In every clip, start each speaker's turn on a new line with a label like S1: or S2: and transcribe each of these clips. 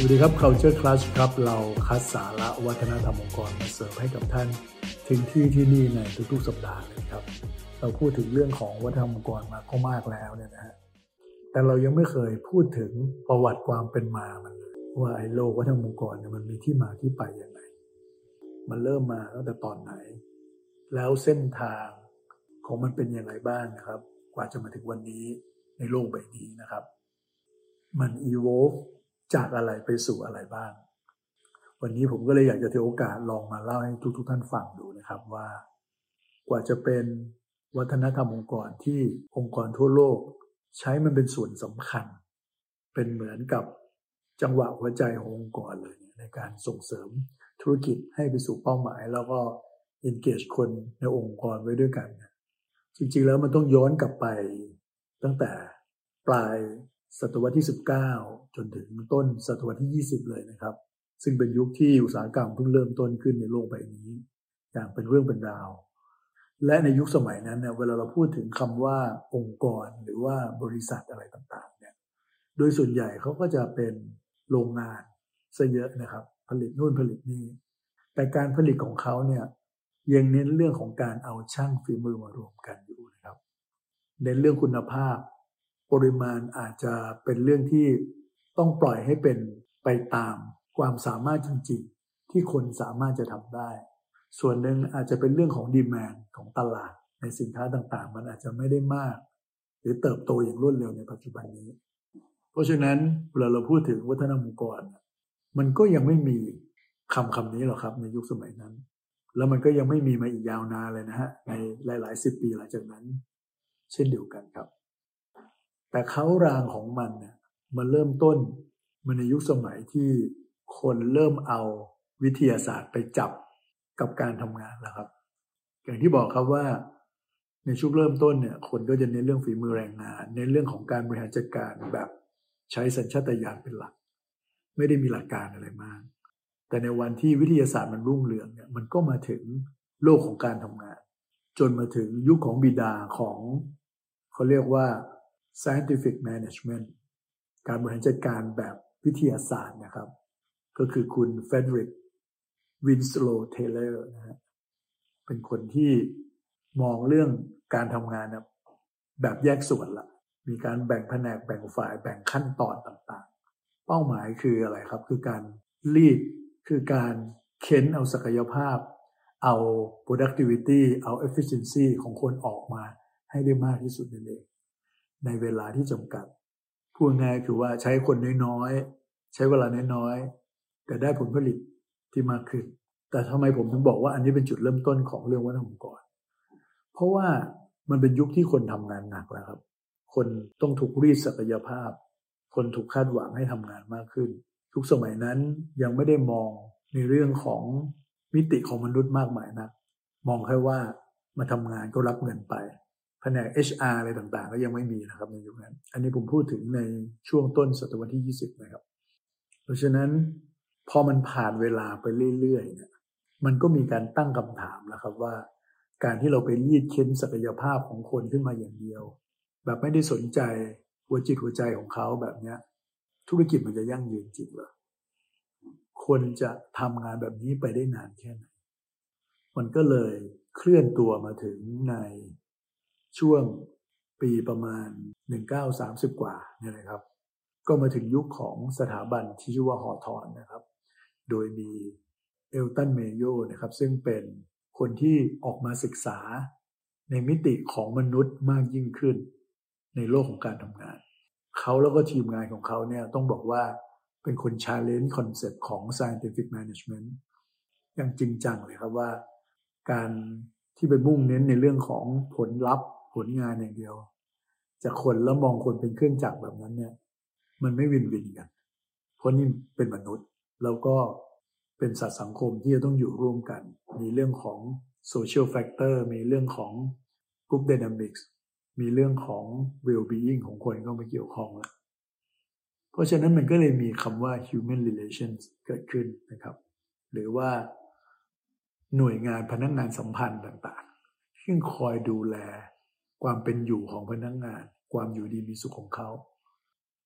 S1: วัสดีครับ Culture Clash ครับเราคัดสาระวัฒนธรรมองค์กรมาเสิร์ฟให้กับท่านถึงที่นี่ในทุกๆสัปดาห์เลยครับเราพูดถึงเรื่องของวัฒนธรรมองค์กรมาก็มากแล้วเนี่ยนะฮะแต่เรายังไม่เคยพูดถึงประวัติความเป็นมามันเลยว่าไอ้โลกวัฒนธรรมองค์กรเนี่ยมันมีที่มาที่ไปยังไงมันเริ่มมาตั้งแต่ตอนไหนแล้วเส้นทางของมันเป็นยังไงบ้างนะครับกว่าจะมาถึงวันนี้ในโลกใบนี้นะครับมัน evolve จากอะไรไปสู่อะไรบ้างวันนี้ผมก็เลยอยากจะถือโอกาสลองมาเล่าให้ทุกท่านฟังดูนะครับว่ากว่าจะเป็นวัฒนธรรมองค์กรที่องค์กรทั่วโลกใช้มันเป็นส่วนสำคัญเป็นเหมือนกับจังหวะหัวใจขององค์กรเลยในการส่งเสริมธุรกิจให้ไปสู่เป้าหมายแล้วก็ engage คนในองค์กรไว้ด้วยกันจริงๆแล้วมันต้องย้อนกลับไปตั้งแต่ปลายศตวรรษที่19จนถึงต้นศตวรรษที่20เลยนะครับซึ่งเป็นยุคที่อุตสาหกรรมเพิ่งเริ่มต้นขึ้นในโลกใบนี้อย่างเป็นเรื่องเป็นราวและในยุคสมัยนั้นเนี่ยเวลาเราพูดถึงคำว่าองค์กรหรือว่าบริษัทอะไรต่างๆเนี่ยโดยส่วนใหญ่เขาก็จะเป็นโรงงานซะเยอะนะครับผลิตนู่นผลิตนี่แต่การผลิตของเขาเนี่ยยังเน้นเรื่องของการเอาช่างฝีมือมารวมกันอยู่นะครับเน้นเรื่องคุณภาพปริมาณอาจจะเป็นเรื่องที่ต้องปล่อยให้เป็นไปตามความสามารถจริงๆที่คนสามารถจะทำได้ส่วนหนึ่งอาจจะเป็นเรื่องของดีมานด์ของตลาดในสินค้าต่างๆมันอาจจะไม่ได้มากหรือเติบโตอย่างรวดเร็วในปัจจุบันนี้เพราะฉะนั้นเวลาเราพูดถึงวัฒนธรรมองค์กรมันก็ยังไม่มีคำนี้หรอกครับในยุคสมัยนั้นแล้วมันก็ยังไม่มีมาอีกยาวนานเลยนะฮะในหลายๆ10 ปีหลังจากนั้นเช่นเดียวกันครับแต่เขารางของมันเนี่ยมันเริ่มต้นมันในยุคสมัยที่คนเริ่มเอาวิทยาศาสตร์ไปจับกับการทำงานแล้วครับอย่างที่บอกครับว่าในช่วงเริ่มต้นเนี่ยคนก็จะเน้นเรื่องฝีมือแรงงานเน้นเรื่องของการบริหารจัดการแบบใช้สัญชาตญาณเป็นหลักไม่ได้มีหลักการอะไรมากแต่ในวันที่วิทยาศาสตร์มันรุ่งเรืองเนี่ยมันก็มาถึงโลกของการทำงานจนมาถึงยุคของบิดาของเขาเรียกว่า scientific management การบริหารจัดการแบบวิทยาศาสตร์นะครับก็คือคุณเฟเดริกวินสโลว์เทเลอร์นะฮะเป็นคนที่มองเรื่องการทำงานแบบแยกส่วนละมีการแบ่งแผนกแบ่งฝ่ายแบ่งขั้นตอนต่างๆเป้าหมายคืออะไรครับคือการลีดคือการเค้นเอาศักยภาพเอา productivity เอา efficiency ของคนออกมาให้ได้มากที่สุดนั่นเองในเวลาที่จำกัดพูดง่ายคือว่าใช้คนน้อยๆใช้เวลาน้อยๆแต่ได้ผลผลิตที่มากขึ้นแต่ทำไมผมถึงบอกว่าอันนี้เป็นจุดเริ่มต้นของเรื่องวัฒนธรรมองค์กรเพราะว่ามันเป็นยุคที่คนทำงานหนักแล้วครับคนต้องถูกรีดศักยภาพคนถูกคาดหวังให้ทำงานมากขึ้นทุกสมัยนั้นยังไม่ได้มองในเรื่องของมิติของมนุษย์มากมายนักมองแค่ว่ามาทำงานก็รับเงินไปแผนก HR อะไรต่างๆก็ยังไม่มีนะครับในยุคนั้นอันนี้ผมพูดถึงในช่วงต้นศตวรรษที่20นะครับเพราะฉะนั้นพอมันผ่านเวลาไปเรื่อยๆเนี่ยมันก็มีการตั้งคำถามแล้วครับว่าการที่เราไปรีดเค้นศักยภาพของคนขึ้นมาอย่างเดียวแบบไม่ได้สนใจหัวจิตหัวใจของเขาแบบนี้ธุรกิจมันจะยั่งยืนจริงเหรอคนจะทำงานแบบนี้ไปได้นานแค่ไหนมันก็เลยเคลื่อนตัวมาถึงในช่วงปีประมาณ1930กว่าเนี่ยนะครับก็มาถึงยุคของสถาบันที่ชื่อว่าฮอทอนนะครับโดยมีเอลตันเมโยนะครับซึ่งเป็นคนที่ออกมาศึกษาในมิติของมนุษย์มากยิ่งขึ้นในโลกของการทำงานเขาแล้วก็ทีมงานของเขาเนี่ยต้องบอกว่าเป็นคน challenge คอนเซปต์ของ scientific management อย่างจริงจังเลยครับว่าการที่ไปมุ่งเน้นในเรื่องของผลลัพธ์ผลงานอย่างเดียวจากคนแล้วมองคนเป็นเครื่องจักรแบบนั้นเนี่ยมันไม่วินวินกันเพราะนี่เป็นมนุษย์แล้วก็เป็นสัตว์สังคมที่จะต้องอยู่ร่วมกันมีเรื่องของ social factor มีเรื่องของ group dynamics มีเรื่องของ well-being ของคนเข้ามาเกี่ยวข้องแล้วเพราะฉะนั้นมันก็เลยมีคำว่า human relations เกิดขึ้นนะครับหรือว่าหน่วยงานพนักงานสัมพันธ์ต่างๆซึ่งคอยดูแลความเป็นอยู่ของพนักงานความอยู่ดีมีสุขของเขา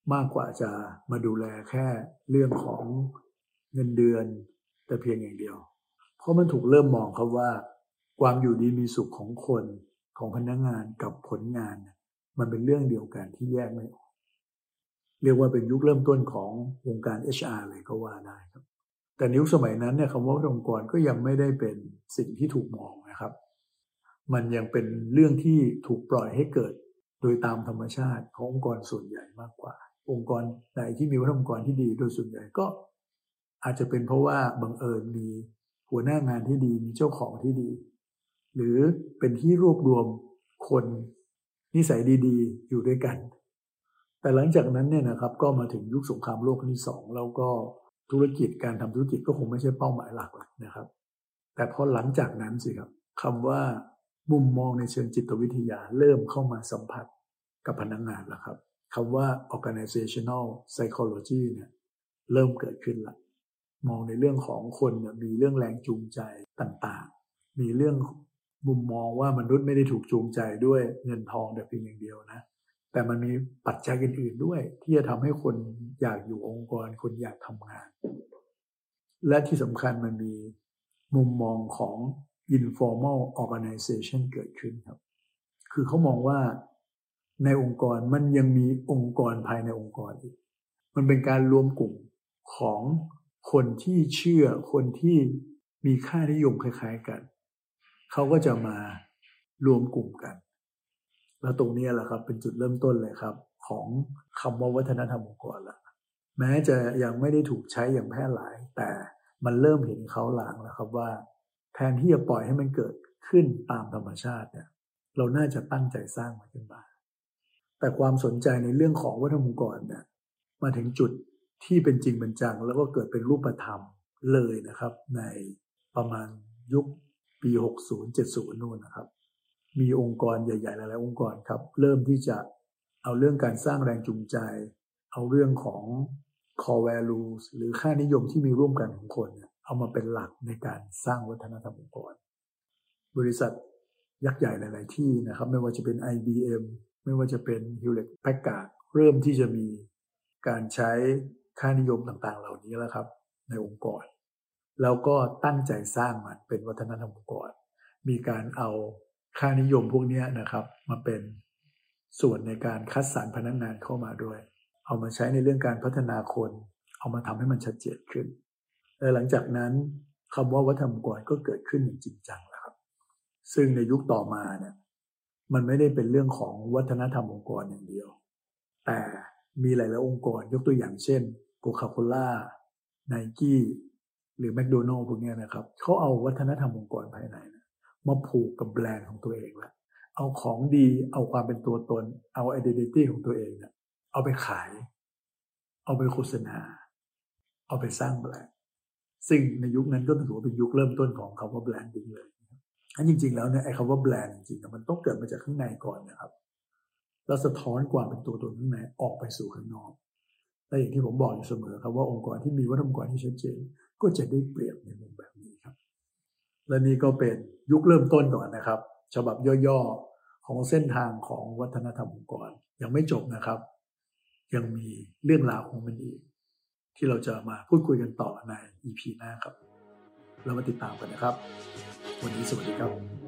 S1: มากกว่าจะมาดูแลแค่เรื่องของเงินเดือนแต่เพียงอย่างเดียวเพราะมันถูกเริ่มมองครับว่าความอยู่ดีมีสุขของคนของพนักงานกับผลงานมันเป็นเรื่องเดียวกันที่แยกไม่ออกเรียกว่าเป็นยุคเริ่มต้นของวงการ HR เลยก็ว่าได้ครับแต่ในยุคสมัยนั้นเนี่ยคำว่าองค์กรก็ยังไม่ได้เป็นสิ่งที่ถูกมองนะครับมันยังเป็นเรื่องที่ถูกปล่อยให้เกิดโดยตามธรรมชาติขององค์กรส่วนใหญ่มากกว่าองค์กรใดที่มีวัฒนธรรมองค์กรที่ดีโดยส่วนใหญ่ก็อาจจะเป็นเพราะว่าบังเอิญมีหัวหน้างานที่ดีมีเจ้าของที่ดีหรือเป็นที่รวบรวมคนนิสัยดีๆอยู่ด้วยกันแต่หลังจากนั้นเนี่ยนะครับก็มาถึงยุคสงครามโลกครั้งที่2แล้วก็ธุรกิจการทำธุรกิจก็คงไม่ใช่เป้าหมายหลักนะครับแต่พอหลังจากนั้นสิครับคำว่ามุมมองในเชิงจิตวิทยาเริ่มเข้ามาสัมผัสกับพนักงานแล้วครับคำว่า organizational psychology เนี่ยเริ่มเกิดขึ้นละมองในเรื่องของคนเนี่ยมีเรื่องแรงจูงใจต่างๆมีเรื่องมุมมองว่ามนุษย์ไม่ได้ถูกจูงใจด้วยเงินทองแต่เพียงอย่างเดียวนะแต่มันมีปัจจัยอื่นๆด้วยที่จะทำให้คนอยากอยู่องค์กรคนอยากทำงานและที่สำคัญมันมีมุมมองของ informal organization เกิดขึ้นครับคือเขามองว่าในองค์กรมันยังมีองค์กรภายในองค์กรอีกมันเป็นการรวมกลุ่มของคนที่เชื่อคนที่มีค่านิยมคล้ายๆกันเขาก็จะมารวมกลุ่มกันแล้วตรงนี้แหละครับเป็นจุดเริ่มต้นเลยครับของคำว่าวัฒนธรรมองค์กรละแม้จะยังไม่ได้ถูกใช้อย่างแพร่หลายแต่มันเริ่มเห็นเขาหลังแล้วครับว่าแทนที่จะปล่อยให้มันเกิดขึ้นตามธรรมชาติเนี่ยเราน่าจะตั้งใจสร้างมันขึ้นมาแต่ความสนใจในเรื่องของวัฒนธรรมองค์กรเนี่ยมาถึงจุดที่เป็นจริงเป็นจังแล้วก็เกิดเป็นรูปธรรมเลยนะครับในประมาณยุคปี60-70นู่นนะครับมีองค์กรใหญ่ๆหลายๆองค์กรครับเริ่มที่จะเอาเรื่องการสร้างแรงจูงใจเอาเรื่องของ core values หรือค่านิยมที่มีร่วมกันของคนเอามาเป็นหลักในการสร้างวัฒนธรรมองค์กรบริษัทยักษ์ใหญ่หลายๆที่นะครับไม่ว่าจะเป็น IBM ไม่ว่าจะเป็น Hewlett Packard เริ่มที่จะมีการใช้ค่านิยมต่างๆเหล่านี้แล้วครับในองค์กรแล้วก็ตั้งใจสร้างมันเป็นวัฒนธรรมองค์กรมีการเอาค่านิยมพวกนี้นะครับมาเป็นส่วนในการคัดสรรพนักงานเข้ามาด้วยเอามาใช้ในเรื่องการพัฒนาคนเอามาทำให้มันชัดเจนขึ้นและหลังจากนั้นคำว่าวัฒนธรรมองค์กรก็เกิดขึ้นอย่างจริงจังแล้วครับซึ่งในยุคต่อมาเนี่ยมันไม่ได้เป็นเรื่องของวัฒนธรรมองค์กรอย่างเดียวแต่มีหลายๆองค์กรยกตัวอย่างเช่นโคคาโคล่าไนกี้หรือแมคโดนัลด์พวกนี้นะครับเขาเอาวัฒนธรรมองค์กรภายในมาผูกกับแบรนด์ของตัวเองละเอาของดีเอาความเป็นตัวตนเอา identity ของตัวเองเนี่ยเอาไปขายเอาไปโฆษณาเอาไปสร้างแบรนด์ซึ่งในยุคนั้นก็ถือว่าเป็นยุคเริ่มต้นของคำว่าแบรนดิ้งเลยอันจริงๆแล้วเนี่ยไอ้คำว่าแบรนด์จริงๆมันต้องเกิดมาจากข้างในก่อนนะครับแล้วสะท้อนความเป็นตัวตนข้างในออกไปสู่ข้างนอกและอย่างที่ผมบอกอยู่เสมอครับว่าองค์กรที่มีวัฒนธรรมองค์กรที่ชัดเจนก็จะได้เปรียบในมุมแบบนี้ครับและนี่ก็เป็นยุคเริ่มต้นก่อนนะครับฉบับย่อๆของเส้นทางของวัฒนธรรมองค์กรยังไม่จบนะครับยังมีเรื่องราวของมันอีกที่เราจะมาพูดคุยกันต่อใน EP หน้าครับเรามาติดตามกันนะครับวันนี้สวัสดีครับ